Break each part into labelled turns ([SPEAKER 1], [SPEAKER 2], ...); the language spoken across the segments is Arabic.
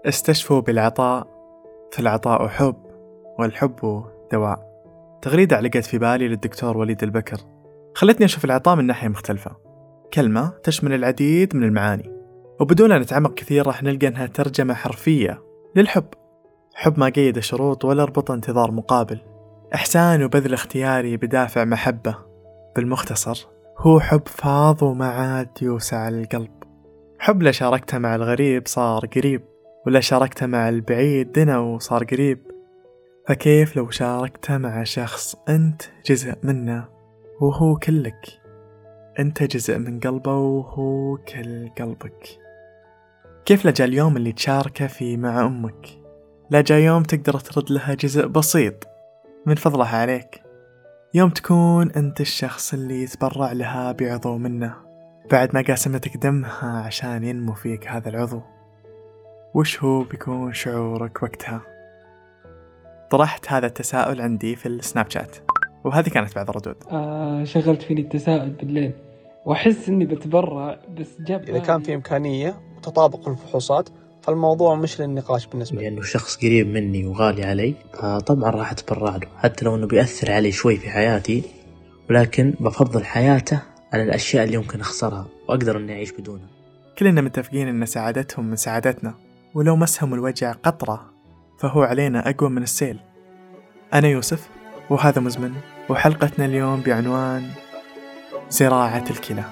[SPEAKER 1] استشفوا بالعطاء، فالعطاء حب، والحب دواء. تغريدة علقت في بالي للدكتور وليد البكر، خلتني أشوف العطاء من ناحية مختلفة. كلمة تشمل العديد من المعاني، وبدون أن نتعمق كثير راح نلقى أنها ترجمة حرفية للحب. حب ما قيد شروط ولا ربط انتظار مقابل، إحسان وبذل اختياري بدافع محبة. بالمختصر هو حب فاض وما عاد يوسع القلب. حب لا شاركته مع الغريب صار قريب، ولا شاركته مع البعيد دنا وصار قريب. فكيف لو شاركته مع شخص أنت جزء منه وهو كلك؟ أنت جزء من قلبه وهو كل قلبك. كيف لجا اليوم اللي تشاركه فيه مع أمك؟ لجا يوم تقدر ترد لها جزء بسيط من فضلها عليك، يوم تكون أنت الشخص اللي يتبرع لها بعضو منه بعد ما قاسمتك دمها عشان ينمو فيك هذا العضو. وش هو بيكون شعورك وقتها؟ طرحت هذا التساؤل عندي في السناب شات، وهذه كانت بعض الردود.
[SPEAKER 2] شغلت فيني التساؤل بالليل وأحس إني بتبرع، بس جاب
[SPEAKER 3] إذا كان في إمكانية وتطابق الفحوصات فالموضوع مش للنقاش بالنسبة لي،
[SPEAKER 4] لأنه شخص قريب مني وغالي علي، فطبعا راح أتبرع له حتى لو أنه بيأثر علي شوي في حياتي، ولكن بفضل حياته على الأشياء اللي يمكن أخسرها وأقدر أني أعيش بدونها.
[SPEAKER 1] كلنا متفقين أن سعادتهم من سعادتنا، ولو مسهم الوجع قطرة فهو علينا أقوى من السيل. أنا يوسف وهذا مزمن، وحلقتنا اليوم بعنوان زراعة الكلى.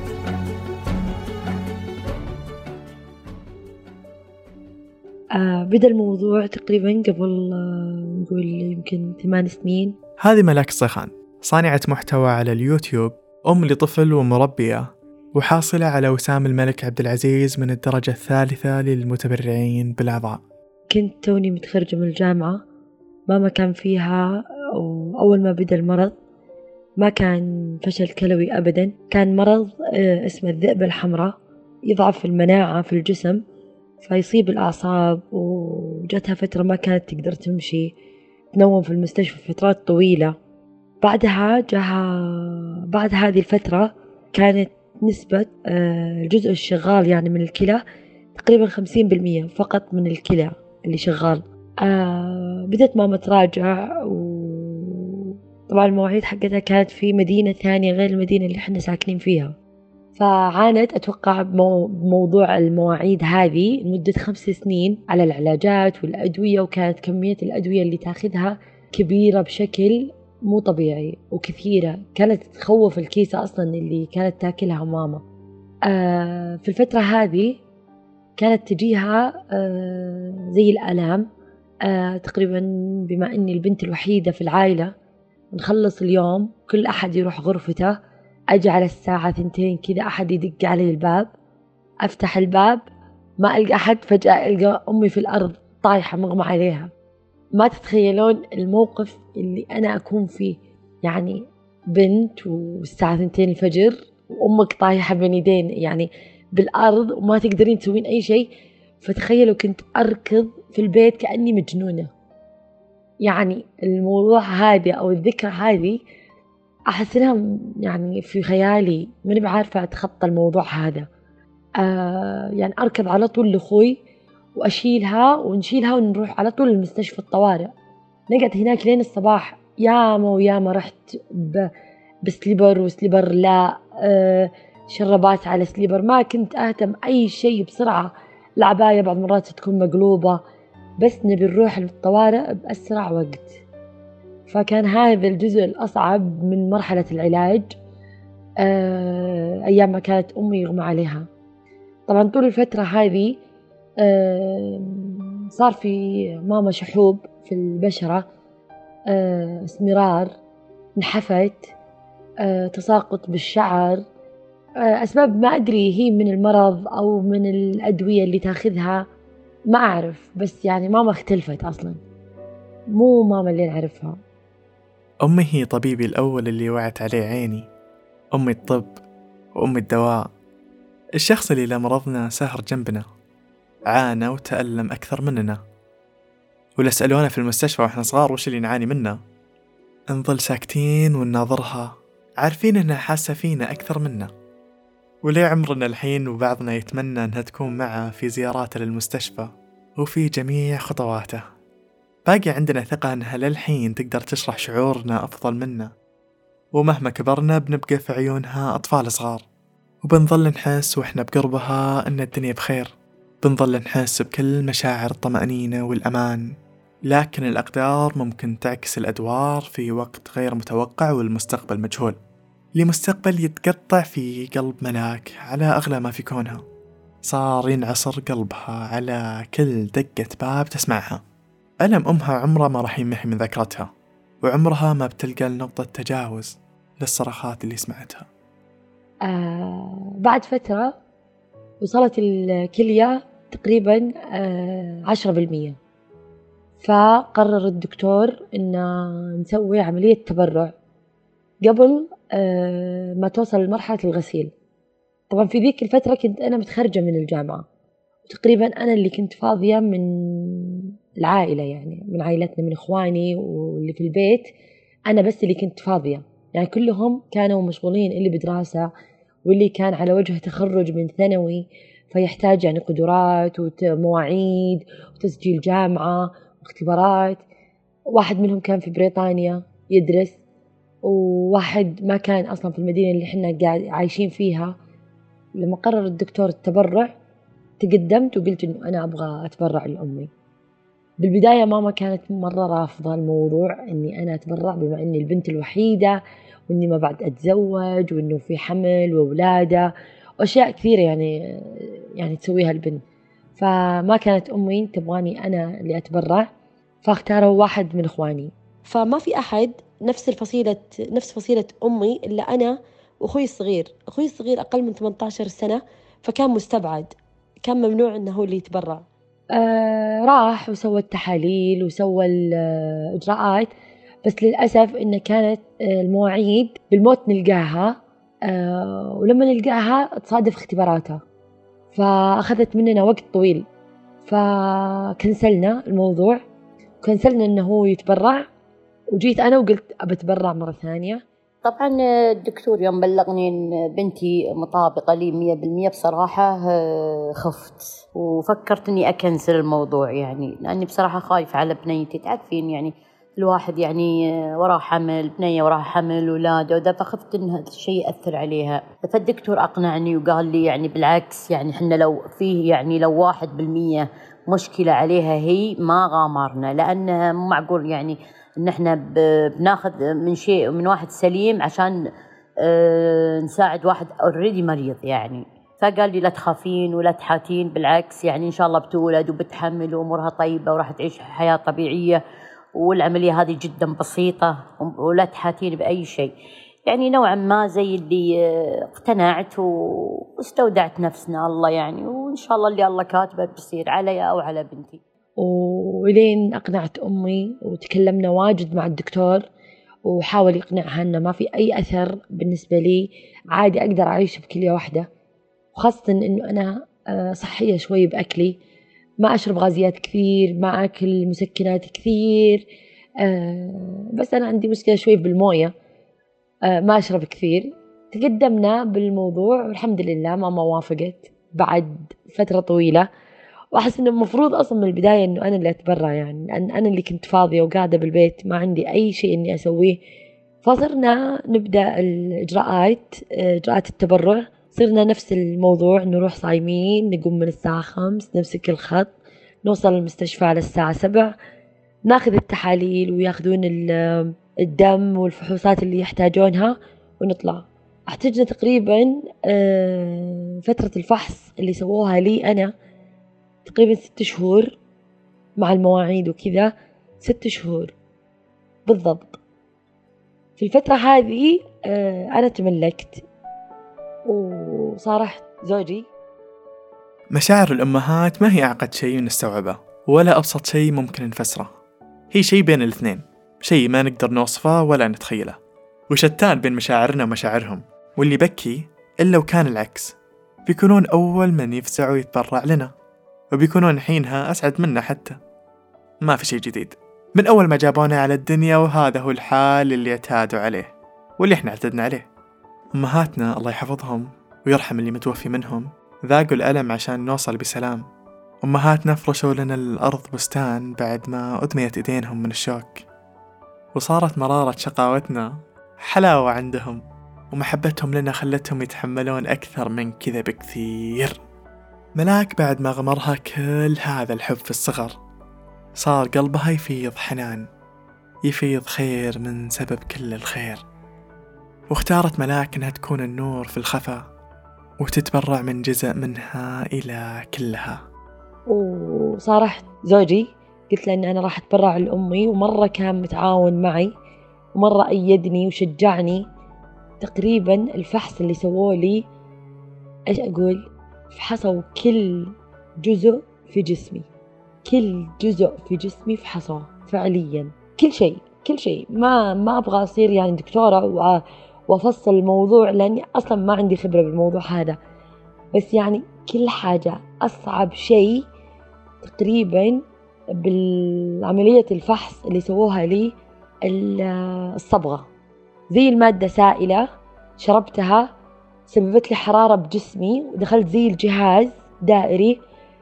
[SPEAKER 5] بدأ الموضوع تقريبا قبل نقول يمكن 8 سنين.
[SPEAKER 1] هذه ملاك الصيخان، صانعة محتوى على اليوتيوب، أم لطفل ومربية، وحاصلة على وسام الملك عبد العزيز من الدرجة الثالثة للمتبرعين بالأعضاء.
[SPEAKER 5] كنت توني متخرجة من الجامعة، ماما كان فيها، وأول ما بدأ المرض ما كان فشل كلوي أبدا، كان مرض اسمه الذئبة الحمراء، يضعف المناعة في الجسم فيصيب الأعصاب، وجتها فترة ما كانت تقدر تمشي، تنوم في المستشفى فترات طويلة. بعد هذه الفترة كانت نسبة الجزء الشغال يعني من الكلى تقريبا 50% فقط من الكلى اللي شغال. بدأت ماما تراجع، وطبعا المواعيد حقتها كانت في مدينة ثانية غير المدينة اللي احنا ساكنين فيها، فعانت أتوقع بموضوع المواعيد هذه لمدة 5 سنين على العلاجات والأدوية، وكانت كمية الأدوية اللي تاخذها كبيرة بشكل مو طبيعي وكثيرة، كانت تخوف الكيسة أصلا اللي كانت تاكلها ماما. في الفترة هذه كانت تجيها زي الآلام تقريبا، بما أني البنت الوحيدة في العائلة، نخلص اليوم كل أحد يروح غرفته، أجي على الساعة 2 كذا أحد يدق علي الباب، أفتح الباب ما ألقى أحد، فجأة ألقى أمي في الأرض طايحة مغمى عليها. ما تتخيلون الموقف اللي أنا أكون فيه، يعني بنت والساعة 2 الفجر وأمك طايحة بين يدين يعني بالأرض وما تقدرين تسوين أي شيء. فتخيلوا كنت أركض في البيت كأني مجنونة. يعني الموضوع هذا أو الذكرى هذه أحس إنها يعني في خيالي، ماني بعارفة أتخطى الموضوع هذا. يعني أركض على طول لأخوي وأشيلها ونشيلها ونروح على طول المستشفى الطوارئ، نقعد هناك لين الصباح. ياما رحت بسليبر وسليبر لا، شربات على سليبر، ما كنت أهتم أي شيء بسرعة. العباية بعض مرات تكون مقلوبة، بس نبي نروح للطوارئ بأسرع وقت. فكان هذا الجزء الأصعب من مرحلة العلاج، أيام ما كانت أمي يغمى عليها. طبعا طول الفترة هذه صار في ماما شحوب في البشرة، اسمرار، نحفت، تساقط بالشعر، أسباب ما أدري هي من المرض أو من الأدوية اللي تاخذها، ما أعرف. بس يعني ماما اختلفت أصلا، مو ماما اللي نعرفها.
[SPEAKER 1] أمي هي طبيبي الأول اللي وعت عليه عيني، أمي الطب وأمي الدواء، الشخص اللي لمرضنا سهر جنبنا، عانى وتألم أكثر مننا. ولا سألونا في المستشفى وإحنا صغار وش اللي نعاني منه، نظل ساكتين ونناظرها عارفين إنها حاسة فينا أكثر منا. وليه عمرنا الحين وبعضنا يتمنى أنها تكون معه في زياراته للمستشفى وفي جميع خطواته. باقي عندنا ثقة أنها للحين تقدر تشرح شعورنا أفضل منا، ومهما كبرنا بنبقى في عيونها أطفال صغار، وبنظل نحس وإحنا بقربها أن الدنيا بخير، بنظل نحس بكل مشاعر الطمأنينة والأمان. لكن الأقدار ممكن تعكس الأدوار في وقت غير متوقع، والمستقبل مجهول، لمستقبل يتقطع في قلب ملاك على أغلى ما في كونها. صار ينعصر قلبها على كل دقة باب تسمعها. ألم أمها عمره ما راح يمحي من ذاكرتها، وعمرها ما بتلقى نقطة تجاوز للصرخات اللي سمعتها.
[SPEAKER 5] بعد فترة وصلت الكلية تقريبا 10%، فقرر الدكتور إن نسوي عملية تبرع قبل ما توصل لمرحلة الغسيل. طبعا في ذيك الفترة كنت أنا متخرجة من الجامعة، وتقريبا أنا اللي كنت فاضية من العائلة، يعني من عائلتنا، من إخواني واللي في البيت، أنا بس اللي كنت فاضية. يعني كلهم كانوا مشغولين، اللي بدراسة واللي كان على وجه تخرج من ثانوي، فيحتاج يعني قدرات ومواعيد وتسجيل جامعة واختبارات. واحد منهم كان في بريطانيا يدرس، وواحد ما كان أصلا في المدينة اللي احنا قاعد عايشين فيها. لما قرر الدكتور التبرع تقدمت وقلت إنه أنا أبغى أتبرع لأمي. بالبداية ماما كانت مرة رافضة الموضوع إني أنا أتبرع، بما إني البنت الوحيدة وإني ما بعد أتزوج وإنه في حمل وولادة وأشياء كثيرة يعني تسويها البنت. فما كانت أمي تبغاني أنا اللي أتبرع، فاختاروا واحد من إخواني. فما في أحد نفس فصيلة أمي إلا أنا وأخوي الصغير. أخوي الصغير أقل من 18 سنة، فكان مستبعد، كان ممنوع إنه هو اللي يتبرع. راح وسوى التحاليل وسوى الإجراءات، بس للأسف إن كانت المواعيد بالموت نلقاها، ولما نلقاها تصادف اختباراتها، فأخذت مننا وقت طويل. فكنسلنا الموضوع، كنسلنا إنه هو يتبرع، وجيت أنا وقلت أبى أتبرع مرة ثانية.
[SPEAKER 6] طبعا الدكتور يوم بلغني إن بنتي مطابقة لي 100%، بصراحة خفت وفكرت إني أكنسل الموضوع، يعني لأني بصراحة خايفة على بنيتي. تعرفين يعني الواحد يعني وراه حمل، بنية وراه حمل ولادة وده، فخفت إن هذا الشيء يأثر عليها. فالدكتور أقنعني وقال لي يعني بالعكس، يعني إحنا لو فيه يعني لو 1% مشكلة عليها هي ما غامرنا، لأنها مو معقول يعني إن إحنا بناخذ من شيء من واحد سليم عشان نساعد واحد already مريض يعني. فقال لي لا تخافين ولا تحاتين، بالعكس يعني إن شاء الله بتولد وبتحمل وأمورها طيبة وراح تعيش حياة طبيعية، والعملية هذه جدا بسيطة ولا تحاتين بأي شيء. يعني نوعا ما زي اللي اقتنعت واستودعت نفسنا الله يعني، وإن شاء الله اللي الله كاتبه بيصير علي أو على بنتي.
[SPEAKER 5] ولين أقنعت أمي وتكلمنا واجد مع الدكتور، وحاول يقنعها أنه ما في أي أثر بالنسبة لي، عادي أقدر أعيش بكلية واحدة، وخاصة أنه أنا صحية شوي بأكلي، ما أشرب غازيات كثير، ما أكل مسكنات كثير، بس أنا عندي مشكلة شوي بالموية، ما أشرب كثير. تقدمنا بالموضوع والحمد لله ماما وافقت بعد فترة طويلة، وأحس إنه المفروض أصلا من البداية إنه أنا اللي أتبرع، يعني أنا اللي كنت فاضية وقاعدة بالبيت ما عندي أي شيء إني أسويه. فصرنا نبدأ الإجراءات، إجراءات التبرع. صرنا نفس الموضوع، نروح صايمين، نقوم من الساعة 5 نمسك الخط، نوصل المستشفى على الساعة 7، ناخذ التحاليل وياخذون الدم والفحوصات اللي يحتاجونها ونطلع. احتجنا تقريبا فترة الفحص اللي سووها لي أنا تقريبا 6 شهور مع المواعيد وكذا، 6 شهور بالضبط. في الفترة هذه أنا تملكت وصارحت زوجي.
[SPEAKER 1] مشاعر الأمهات ما هي أعقد شيء نستوعبه ولا أبسط شيء ممكن نفسره، هي شيء بين الاثنين، شيء ما نقدر نوصفه ولا نتخيله، وشتان بين مشاعرنا ومشاعرهم. واللي بكي إلا وكان العكس، بيكونون أول من يفزعوا يتبرع لنا، وبيكونون حينها أسعد منا. حتى ما في شيء جديد من أول ما جابونا على الدنيا، وهذا هو الحال اللي اعتادوا عليه واللي احنا اعتدنا عليه. أمهاتنا الله يحفظهم ويرحم اللي متوفي منهم، ذاقوا الألم عشان نوصل بسلام، أمهاتنا فرشوا لنا الأرض بستان بعد ما أدميت إيدينهم من الشوك، وصارت مرارة شقاوتنا حلاوة عندهم، ومحبتهم لنا خلتهم يتحملون أكثر من كذا بكثير. ملاك بعد ما غمرها كل هذا الحب في الصغر، صار قلبها يفيض حنان، يفيض خير من سبب كل الخير. واختارت ملاك إنها تكون النور في الخفا، وتتبرع من جزء منها إلى كلها.
[SPEAKER 5] وصارحت زوجي قلت له إن أنا راح أتبرع لأمي، ومرة كان متعاون معي ومرة أيدني وشجعني. تقريبا الفحص اللي سووه لي إيش أقول، فحصوا كل جزء في جسمي، كل جزء في جسمي فحصوه فعليا، كل شيء. ما أبغى أصير يعني دكتورة وأفصل الموضوع لأني أصلا ما عندي خبرة بالموضوع هذا، بس يعني كل حاجة. أصعب شيء تقريبا بالعملية الفحص اللي سووها لي الصبغة، زي المادة سائلة شربتها سببت لي حرارة بجسمي، ودخلت زي الجهاز دائري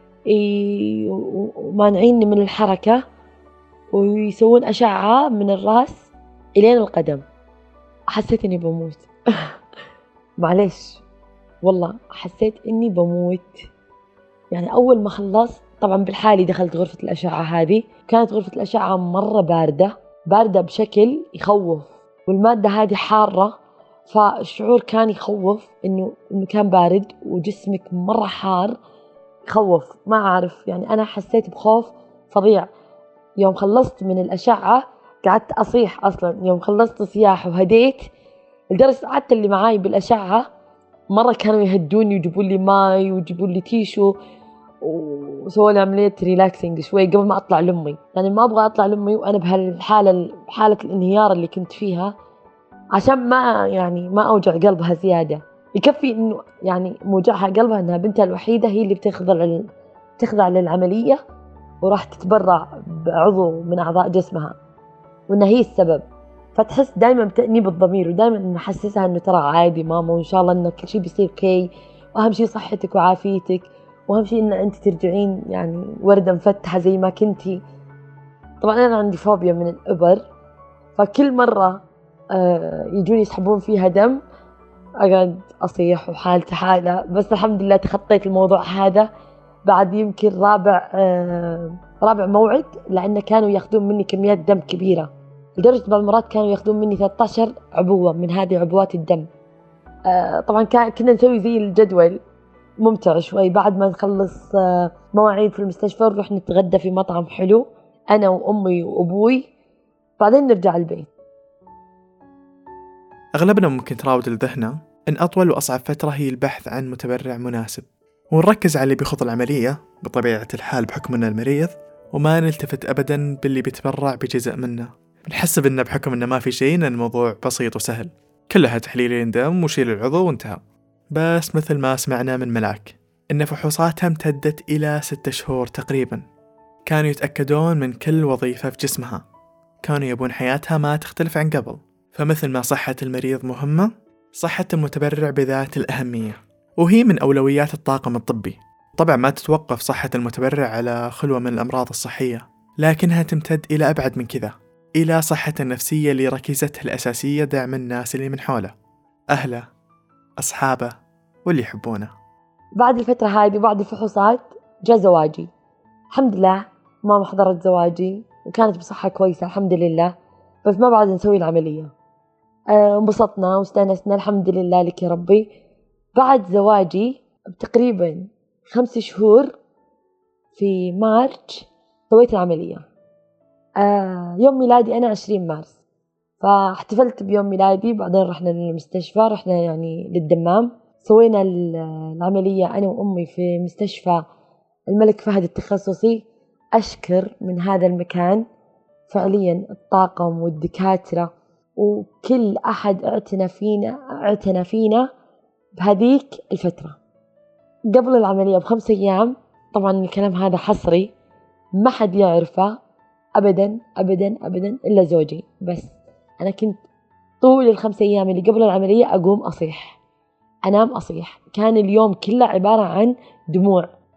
[SPEAKER 5] ومانعيني من الحركة، ويسوون أشعة من الرأس إلين القدم. حسيت إني بموت معليش والله حسيت إني بموت. يعني أول ما خلصت طبعا بالحالي دخلت غرفة الأشعة هذه، كانت غرفة الأشعة مرة باردة بشكل يخوف، والمادة هذه حارة، فالشعور كان يخوف إنه المكان بارد وجسمك مرة حار، يخوف. ما أعرف يعني أنا حسيت بخوف فظيع. يوم خلصت من الأشعة قعدت أصيح أصلا، يوم خلصت صياح وهديت لدرجة حتى اللي معاي بالأشعة مرة كانوا يهدوني ويجيبوا لي ماي ويجيبوا لي تيشو وسووا لي عملية ريلاكسينج شوي قبل ما أطلع لأمي، يعني ما أبغى أطلع لأمي وأنا بهالحالة، حالة الانهيار اللي كنت فيها، عشان ما أوجع قلبها زيادة. يكفي إنه يعني موجعها قلبها إنها بنتها الوحيدة هي اللي بتخضع للعملية وراح تتبرع بعضو من أعضاء جسمها، وإنها هي السبب. فتحس دايما بتأنيب الضمير، ودايما نحسسها إنه ترى عادي ماما، وإن شاء الله إنه كل شيء بيصير كي، وأهم شيء صحتك وعافيتك، وأهم شيء إن أنت ترجعين يعني وردة مفتحة زي ما كنتي. طبعا أنا عندي فوبيا من الإبر، فكل مرة يجوني يسحبون فيها دم أقعد أصيح وحالتي حالة. بس الحمد لله تخطيت الموضوع هذا بعد يمكن رابع موعد، لأن كانوا ياخذون مني كميات دم كبيرة، لدرجة بعض المرات كانوا ياخذون مني 13 عبوة من هذه عبوات الدم. طبعا كنا نسوي زي الجدول ممتع شوي، بعد ما نخلص مواعيد في المستشفى نروح نتغدى في مطعم حلو أنا وأمي وأبوي، بعدين نرجع البيت.
[SPEAKER 1] أغلبنا ممكن تراود لذهنه إن أطول وأصعب فترة هي البحث عن متبرع مناسب، ونركز على اللي بيخوض العملية بطبيعة الحال بحكم إنه المريض، وما نلتفت أبداً باللي بيتبرع بجزء منه. بنحسب إنه بحكم إنه ما في شيء، إن الموضوع بسيط وسهل، كلها تحليلين دم وشيل العضو وانتهى. بس مثل ما سمعنا من ملاك إن فحوصاتها امتدت إلى 6 شهور تقريباً. كانوا يتأكدون من كل وظيفة في جسمها، كانوا يبون حياتها ما تختلف عن قبل. فمثل ما صحة المريض مهمة، صحة المتبرع بذات الأهمية، وهي من أولويات الطاقم الطبي. طبعا ما تتوقف صحة المتبرع على خلوة من الأمراض الصحية، لكنها تمتد إلى أبعد من كذا، إلى صحة النفسية اللي ركيزتها الأساسية دعم الناس اللي من حوله، أهله، أصحابه، واللي يحبونه.
[SPEAKER 5] بعد الفترة هذه وبعد الفحوصات جاء زواجي. الحمد لله ماما حضرت زواجي وكانت بصحة كويسة الحمد لله، بس ما بعد نسوي العملية. انبسطنا واستانسنا الحمد لله لك يا ربي. بعد زواجي بتقريبا 5 شهور في مارس سويت العملية. يوم ميلادي أنا 20 مارس، فاحتفلت بيوم ميلادي، بعدين رحنا للمستشفى، رحنا يعني للدمام، سوينا العملية أنا وأمي في مستشفى الملك فهد التخصصي. أشكر من هذا المكان فعليا الطاقم والدكاترة وكل أحد اعتنى فينا بهذيك الفترة. قبل العملية ب5 أيام، طبعا الكلام هذا حصري ما حد يعرفه أبدا أبدا أبدا إلا زوجي بس. أنا كنت طول ال5 أيام اللي قبل العملية أقوم أصيح، أنام أصيح، كان اليوم كله عبارة عن دموع،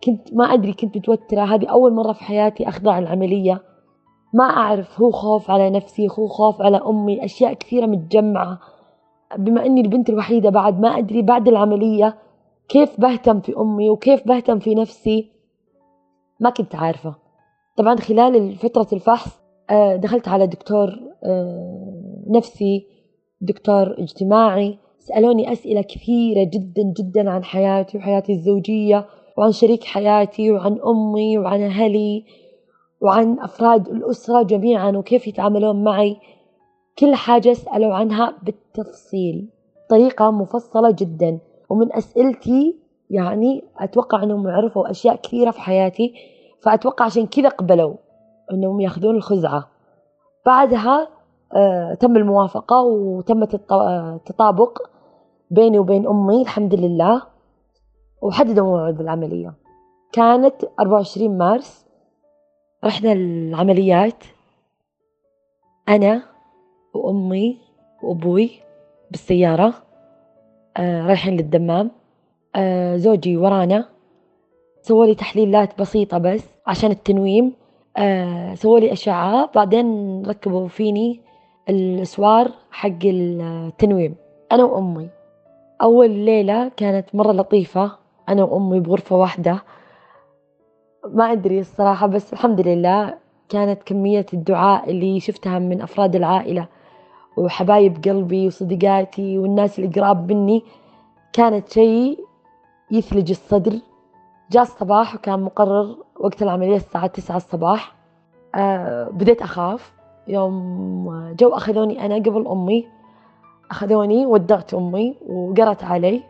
[SPEAKER 5] كنت ما أدري، كنت متوترة. هذه أول مرة في حياتي أخضع العملية. ما أعرف، هو خوف على نفسي، هو خوف على أمي، أشياء كثيرة متجمعة. بما أني البنت الوحيدة بعد، ما أدري بعد العملية كيف بهتم في أمي وكيف بهتم في نفسي، ما كنت عارفة. طبعا خلال فترة الفحص دخلت على دكتور نفسي، دكتور اجتماعي، سألوني أسئلة كثيرة جدا جدا عن حياتي وحياتي الزوجية وعن شريك حياتي وعن أمي وعن أهلي وعن أفراد الأسرة جميعا وكيف يتعاملون معي. كل حاجة سألوا عنها بالتفصيل، طريقة مفصلة جدا. ومن أسئلتي يعني أتوقع أنهم عرفوا أشياء كثيرة في حياتي، فأتوقع عشان كذا قبلوا أنهم يأخذون الخزعة. بعدها تم الموافقة وتم التطابق بيني وبين أمي الحمد لله، وحددوا موعد العملية. كانت 24 مارس. رحنا العمليات أنا وأمي وأبوي بالسيارة، رايحين للدمام. زوجي ورانا، سوولي تحليلات بسيطة بس عشان التنويم. سوولي أشعة، بعدين ركبوا فيني الأسوار حق التنويم أنا وأمي. أول ليلة كانت مرة لطيفة، أنا وأمي بغرفة واحدة. ما أدري الصراحة، بس الحمد لله كانت كمية الدعاء اللي شفتها من أفراد العائلة وحبايب قلبي وصديقاتي والناس اللي قراب مني كانت شيء يثلج الصدر. جاء الصباح وكان مقرر وقت العملية الساعة 9 الصباح. بديت أخاف. يوم جو أخذوني أنا قبل أمي، أخذوني ودعت أمي وقرأت علي.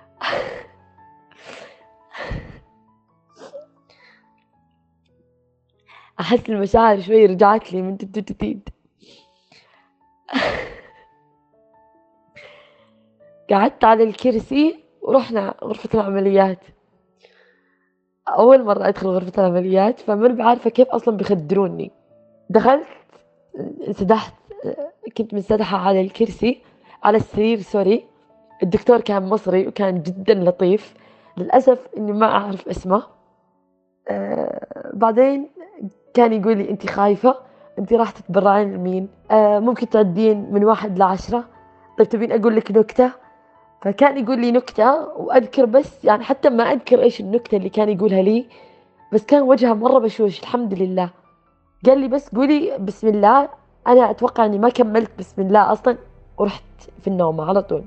[SPEAKER 5] أحس المشاعر شوي رجعت لي من جديد. قعدت على الكرسي ورحنا غرفة العمليات. أول مرة أدخل غرفة العمليات، فما بعرفة كيف أصلا بيخدروني. دخلت، انسدحت، كنت منسدحة على الكرسي، على السرير سوري. الدكتور كان مصري وكان جدا لطيف. للأسف إني ما أعرف اسمه. بعدين كان يقول لي أنت خايفة، أنت راح تتبرعين لمين؟ ممكن تعدين من 1 ل10. طيب تبين أقول لك نكتة؟ فكان يقول لي نكتة وأذكر، بس يعني حتى ما أذكر إيش النكتة اللي كان يقولها لي، بس كان وجهه مرة بشوش الحمد لله. قال لي بس قولي بسم الله. أنا أتوقع أني ما كملت بسم الله أصلا ورحت في النوم على طول.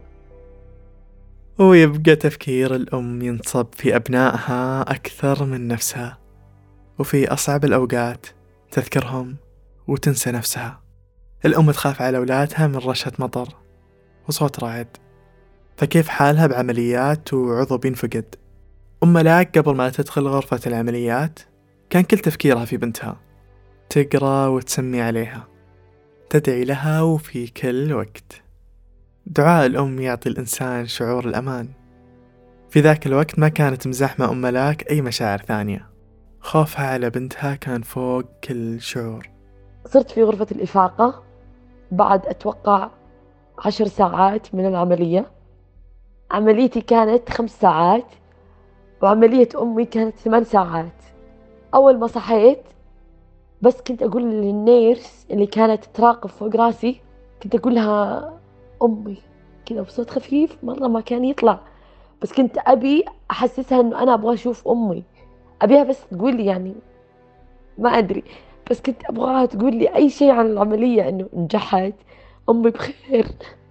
[SPEAKER 1] ويبقى تفكير الأم ينصب في أبنائها أكثر من نفسها، وفي أصعب الأوقات تذكرهم وتنسى نفسها. الأم تخاف على أولادها من رشة مطر وصوت رعد، فكيف حالها بعمليات وعضو بينفقد؟ أم ملاك قبل ما تدخل غرفة العمليات كان كل تفكيرها في بنتها، تقرأ وتسمي عليها، تدعي لها وفي كل وقت. دعاء الأم يعطي الإنسان شعور الأمان. في ذاك الوقت ما كانت مزاحمة أم ملاك أي مشاعر ثانية، خوفها على بنتها كان فوق كل شعور.
[SPEAKER 5] صرت في غرفة الإفاقة بعد أتوقع 10 ساعات من العملية. عمليتي كانت 5 ساعات وعملية أمي كانت 8 ساعات. أول ما صحيت بس كنت أقول للنيرس اللي كانت تراقب فوق راسي، كنت أقول لها أمي كذا بصوت خفيف مرة ما كان يطلع، بس كنت أبي أحسسها أنه أنا أبغى أشوف أمي، أبيها بس تقول لي يعني ما أدري، بس كنت أبغاها تقول لي أي شيء عن العملية، أنه نجحت، أمي بخير.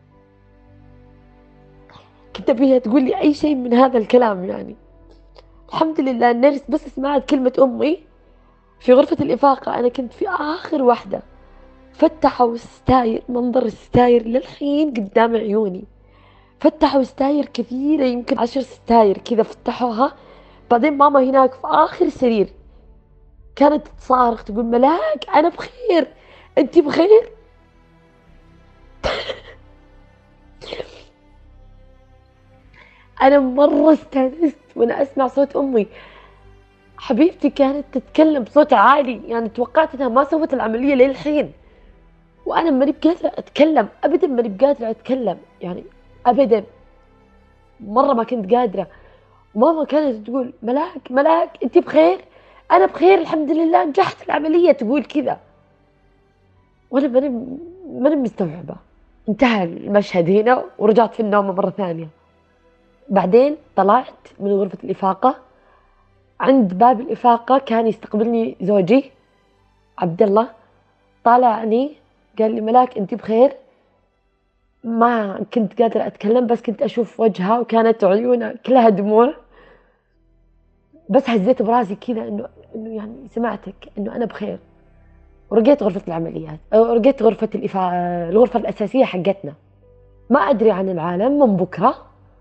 [SPEAKER 5] كنت أبيها تقول لي أي شيء من هذا الكلام يعني. الحمد لله النيرس بس سمعت كلمة أمي في غرفة الإفاقة. أنا كنت في آخر واحدة. فتحوا الستاير، منظر الستاير للحين قدام عيوني. فتحوا ستاير كثيرة، يمكن 10 ستاير كذا فتحوها. بعدين ماما هناك في آخر سرير كانت تصارخ تقول ملاك أنا بخير، أنتي بخير. أنا مرة استانست وأنا أسمع صوت أمي. حبيبتي كانت تتكلم بصوت عالي، يعني توقعت أنها ما سوت العملية للحين، وأنا ماني بقادرة أتكلم أبدا، ماني بقادرة أتكلم يعني أبدا، مرة ما كنت قادرة. ماما كانت تقول ملاك ملاك أنت بخير؟ أنا بخير الحمد لله نجحت العملية، تقول كذا. وأنا ماني مستوعبة. انتهى المشهد هنا ورجعت في النوم مرة ثانية. بعدين طلعت من غرفة الإفاقة، عند باب الإفاقة كان يستقبلني زوجي عبد الله، طالعني قال لي ملاك أنت بخير؟ ما كنت قادرة أتكلم، بس كنت أشوف وجهها وكانت عيونها كلها دموع، بس هزيت براسي كذا إنه يعني سمعتك إنه أنا بخير. ورقيت غرفة العمليات، رقيت غرفة الغرفة الأساسية حقتنا. ما أدري عن العالم. من بكرة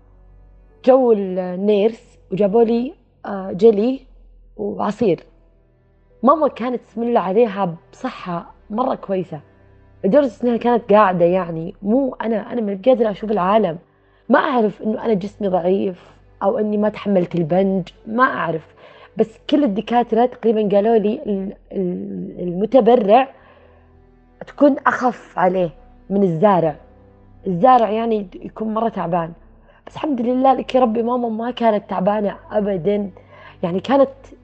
[SPEAKER 5] جو النيرس وجابوا لي جلي وعصير. ماما كانت بسم الله عليها بصحة مرة كويسة، لدرجة إنها كانت قاعدة يعني مو أنا ما قادرة أشوف العالم. ما أعرف إنه أنا جسمي ضعيف أو إني ما تحملت البنج، ما أعرف، بس كل الدكاترة تقريبا قالوا لي المتبرع تكون أخف عليه من الزارع. الزارع يعني يكون مرة تعبان، بس الحمد لله لك يا ربي ماما ما كانت تعبانة أبدا، يعني كانت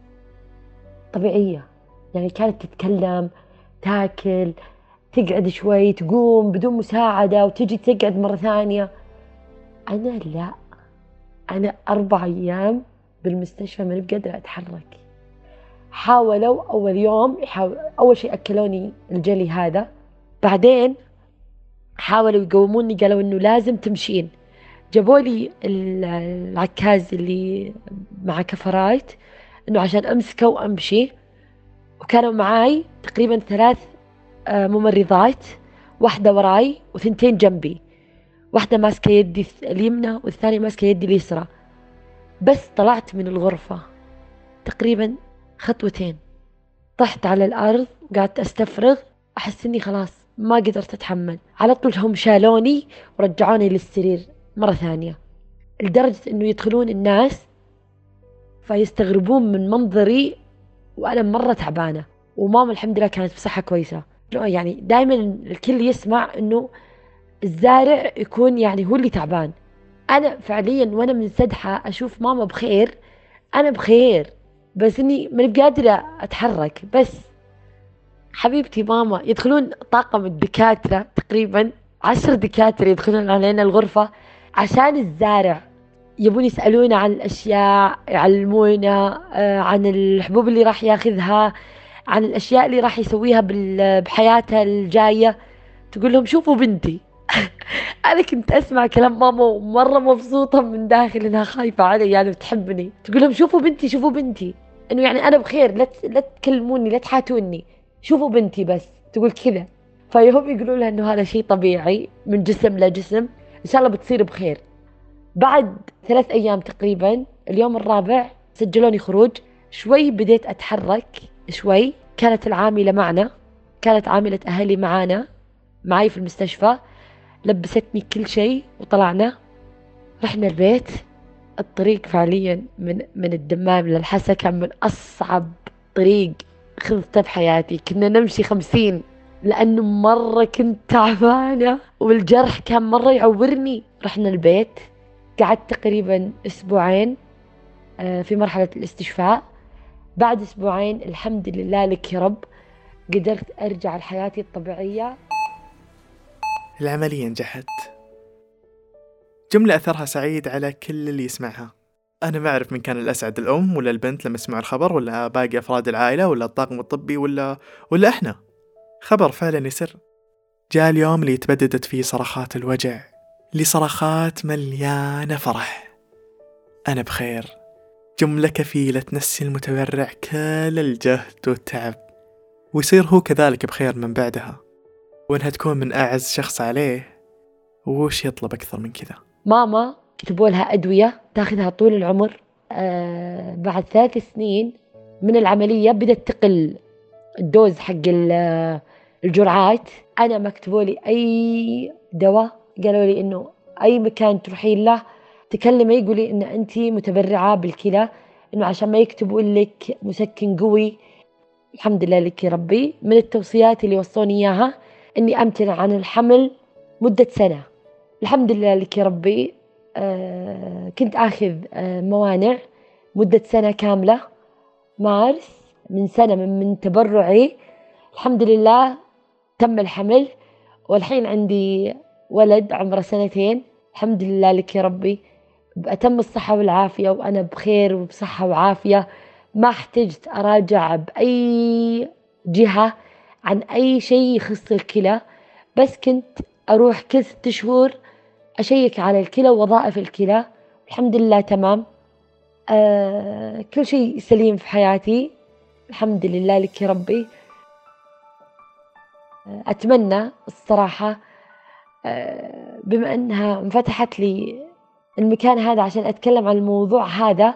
[SPEAKER 5] طبيعية، يعني كانت تتكلم، تاكل، تقعد شوي، تقوم بدون مساعدة وتجي تقعد مرة ثانية. أنا لا، أنا 4 أيام بالمستشفى ما بقدر أتحرك. حاولوا أول يوم أول شيء أكلوني الجلي هذا، بعدين حاولوا يقوموني، قالوا إنه لازم تمشين. جابوا لي العكاز اللي مع كفرايت إنه عشان أمسكه وأمشي، وكانوا معاي تقريبا 3 ممرضات، واحدة وراي وثنتين جنبي، واحدة ماسكة يدي اليمنى والثانية ماسكة يدي اليسرى. بس طلعت من الغرفة تقريبا 2 خطوة، طحت على الأرض وقعدت أستفرغ، أحس إني خلاص ما قدرت أتحمل. على طول هم شالوني ورجعوني للسرير مرة ثانية، لدرجة إنه يدخلون الناس فيستغربون من منظري وأنا مرة تعبانة. وماما الحمد لله كانت بصحة كويسة. يعني دائما الكل يسمع إنه الزارع يكون يعني هو اللي تعبان. أنا فعليا وأنا منسدحة أشوف ماما بخير، أنا بخير، بس إني ما قادرة أتحرك. بس حبيبتي ماما يدخلون طاقم الدكاترة تقريبا 10 دكاترة يدخلون علينا الغرفة عشان الزارع، يبون يسألونا عن الأشياء، يعلمونا عن الحبوب اللي راح ياخذها، عن الأشياء اللي راح يسويها بحياتها الجاية. تقول لهم شوفوا بنتي. أنا كنت أسمع كلام ماما ومرة مبسوطة من داخل إنها خايفة علي يعني وتحبني. تقول لهم شوفوا بنتي شوفوا بنتي، إنه يعني أنا بخير، لا تكلموني، لا تحاتوني، شوفوا بنتي بس. تقول كذا. فيهم يقولوا لها إنه هذا شيء طبيعي من جسم لجسم، إن شاء الله بتصير بخير. بعد 3 أيام تقريبا، اليوم الرابع سجلوني خروج. شوي بديت أتحرك شوي. كانت العاملة معنا، كانت عاملة أهلي معي في المستشفى، لبستني كل شيء وطلعنا رحنا البيت. الطريق فعليا من الدمام للحسا كان من أصعب طريق خذته بحياتي. كنا نمشي 50 لأنه مرة كنت تعبانة والجرح كان مرة يعورني. رحنا البيت، قعدت تقريبا 2 أسبوع في مرحلة الاستشفاء. بعد 2 أسبوع الحمد لله لك يا رب قدرت أرجع لحياتي الطبيعية.
[SPEAKER 1] العملية نجحت. جملة أثرها سعيد على كل اللي يسمعها. أنا ما أعرف من كان الأسعد، الأم ولا البنت لما سمعوا الخبر، ولا باقي أفراد العائلة، ولا الطاقم الطبي، ولا إحنا. خبر فعلا يسر. جاء اليوم اللي يتبددت فيه صرخات الوجع، اللي صرخات مليانة فرح. أنا بخير، جملة كفيلة تنسي المتبرع كل الجهد والتعب، ويصير هو كذلك بخير من بعدها، وإنها تكون من أعز شخص عليه. وش يطلب أكثر من كذا؟
[SPEAKER 5] ماما كتبوا لها أدوية تاخذها طول العمر. بعد 3 سنين من العملية بدأت تقل الدوز حق الجرعات. أنا ما كتبوا لي أي دواء، قالوا لي إنه أي مكان تروحين له تكلمي يقولي إن أنتي متبرعة بالكلى، إنه عشان ما يكتبوا لك مسكن قوي. الحمد لله لك يا ربي من التوصيات اللي وصوني إياها إني أمتنع عن الحمل مدة 1 سنة. الحمد لله لك يا ربي كنت أخذ موانع مدة سنة كاملة، مارس، من سنة من تبرعي. الحمد لله تم الحمل، والحين عندي ولد عمره 2 الحمد لله لك يا ربي، بأتم الصحة والعافية، وأنا بخير وبصحة وعافية. ما احتجت أراجع بأي جهة عن أي شيء يخص الكلى، بس كنت أروح كل 6 شهور أشيك على الكلى ووظائف الكلى. الحمد لله تمام. كل شيء سليم في حياتي الحمد لله لك يا ربي. أتمنى الصراحة بما أنها انفتحت لي المكان هذا عشان أتكلم عن الموضوع هذا،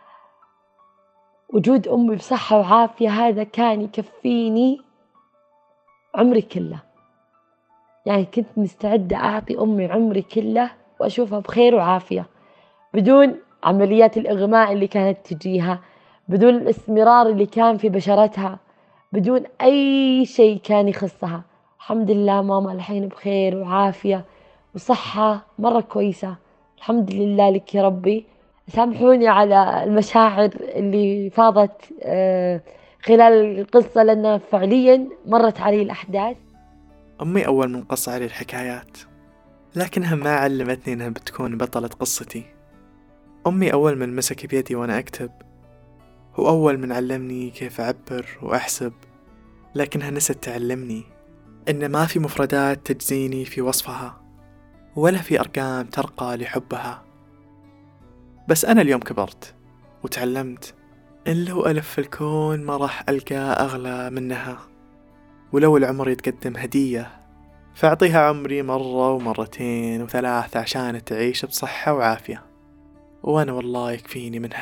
[SPEAKER 5] وجود أمي بصحة وعافية هذا كان يكفيني عمري كله. يعني كنت مستعدة أعطي أمي عمري كله وأشوفها بخير وعافية، بدون عمليات الإغماء اللي كانت تجيها، بدون الإسمرار اللي كان في بشرتها، بدون أي شيء كان يخصها. الحمد لله ماما الحين بخير وعافية وصحة مرة كويسة، الحمد لله لك يا ربي. سامحوني على المشاعر اللي فاضت خلال القصة، لأن فعليا مرت علي الأحداث.
[SPEAKER 1] أمي أول من قص علي الحكايات، لكنها ما علمتني أنها بتكون بطلة قصتي. أمي أول من مسك بيدي وأنا أكتب، هو أول من علمني كيف أعبر وأحسب، لكنها نست تعلمني إن ما في مفردات تجزيني في وصفها، ولا في أرقام ترقى لحبها. بس أنا اليوم كبرت وتعلمت إن لو ألف الكون ما راح ألقى أغلى منها، ولو العمر يتقدم هدية فأعطيها عمري مرة ومرتين و3 عشان تعيش بصحة وعافية. وأنا والله يكفيني منها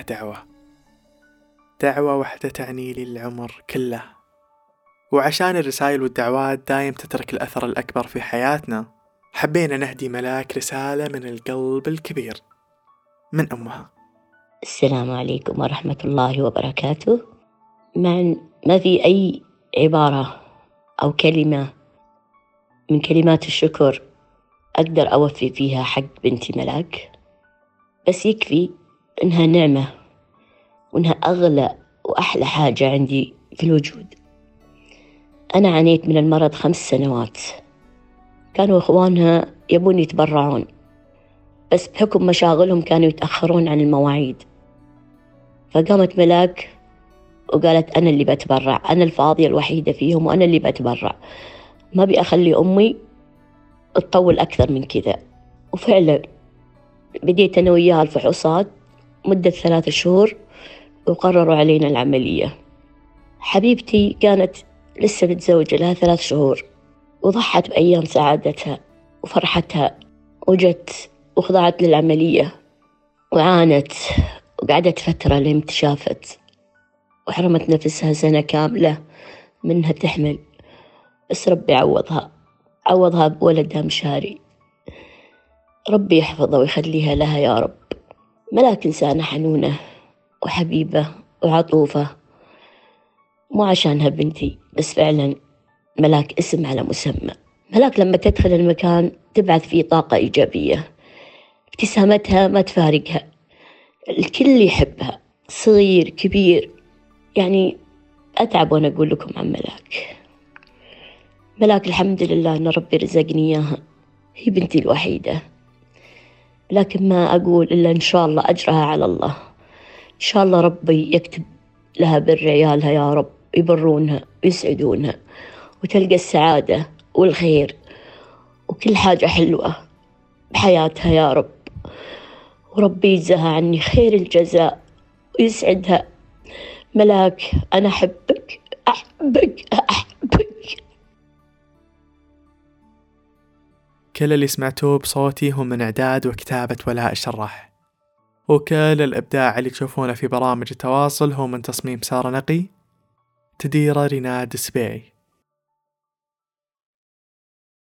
[SPEAKER 1] دعوة واحدة تعني لي العمر كله. وعشان الرسائل والدعوات دايم تترك الأثر الأكبر في حياتنا، حبينا نهدي ملاك رسالة من القلب الكبير من أمها.
[SPEAKER 7] السلام عليكم ورحمة الله وبركاته. ما في أي عبارة أو كلمة من كلمات الشكر أقدر أوفي فيها حق بنتي ملاك، بس يكفي إنها نعمة وإنها أغلى وأحلى حاجة عندي في الوجود. أنا عانيت من المرض 5 سنوات، كانوا إخوانها يبون يتبرعون، بس بحكم مشاغلهم كانوا يتأخرون عن المواعيد، فقامت ملاك وقالت أنا اللي بتبرع، أنا الفاضية الوحيدة فيهم وأنا اللي بتبرع، ما بأخلي أمي تطول أكثر من كذا. وفعلا بديت أنا وياها الفحوصات مدة 3 شهور وقرروا علينا العملية. حبيبتي كانت لسه متزوجة لها 3 شهور، وضحت بأيام سعادتها وفرحتها، وجت وخضعت للعملية وعانت وقعدت فترة لين تشافت، وحرمت نفسها 1 سنة كاملة منها تحمل، بس ربي عوضها بولدها مشاري. ربي يحفظها ويخليها لها يا رب. ملاك إنسانة حنونة وحبيبة وعطوفة، مو عشانها بنتي، بس فعلا ملاك اسم على مسمى. ملاك لما تدخل المكان تبعث فيه طاقة إيجابية، ابتسامتها ما تفارقها، الكل يحبها صغير كبير. يعني أتعب وأنا أقول لكم عن ملاك الحمد لله أن ربي رزقني إياها، هي بنتي الوحيدة، لكن ما أقول إلا إن شاء الله أجرها على الله. إن شاء الله ربي يكتب لها بر عيالها يا رب، يبرونها ويسعدونها وتلقى السعادة والخير وكل حاجة حلوة بحياتها يا رب، وربي يجزاها عني خير الجزاء ويسعدها. ملاك أنا أحبك أحبك أحبك.
[SPEAKER 1] كل اللي سمعتوه بصوتي هو من إعداد وكتابة ولاء الشراح، وكل الإبداع اللي تشوفونه في برامج التواصل هو من تصميم سارة نقي، تديره ريناد السبيعي.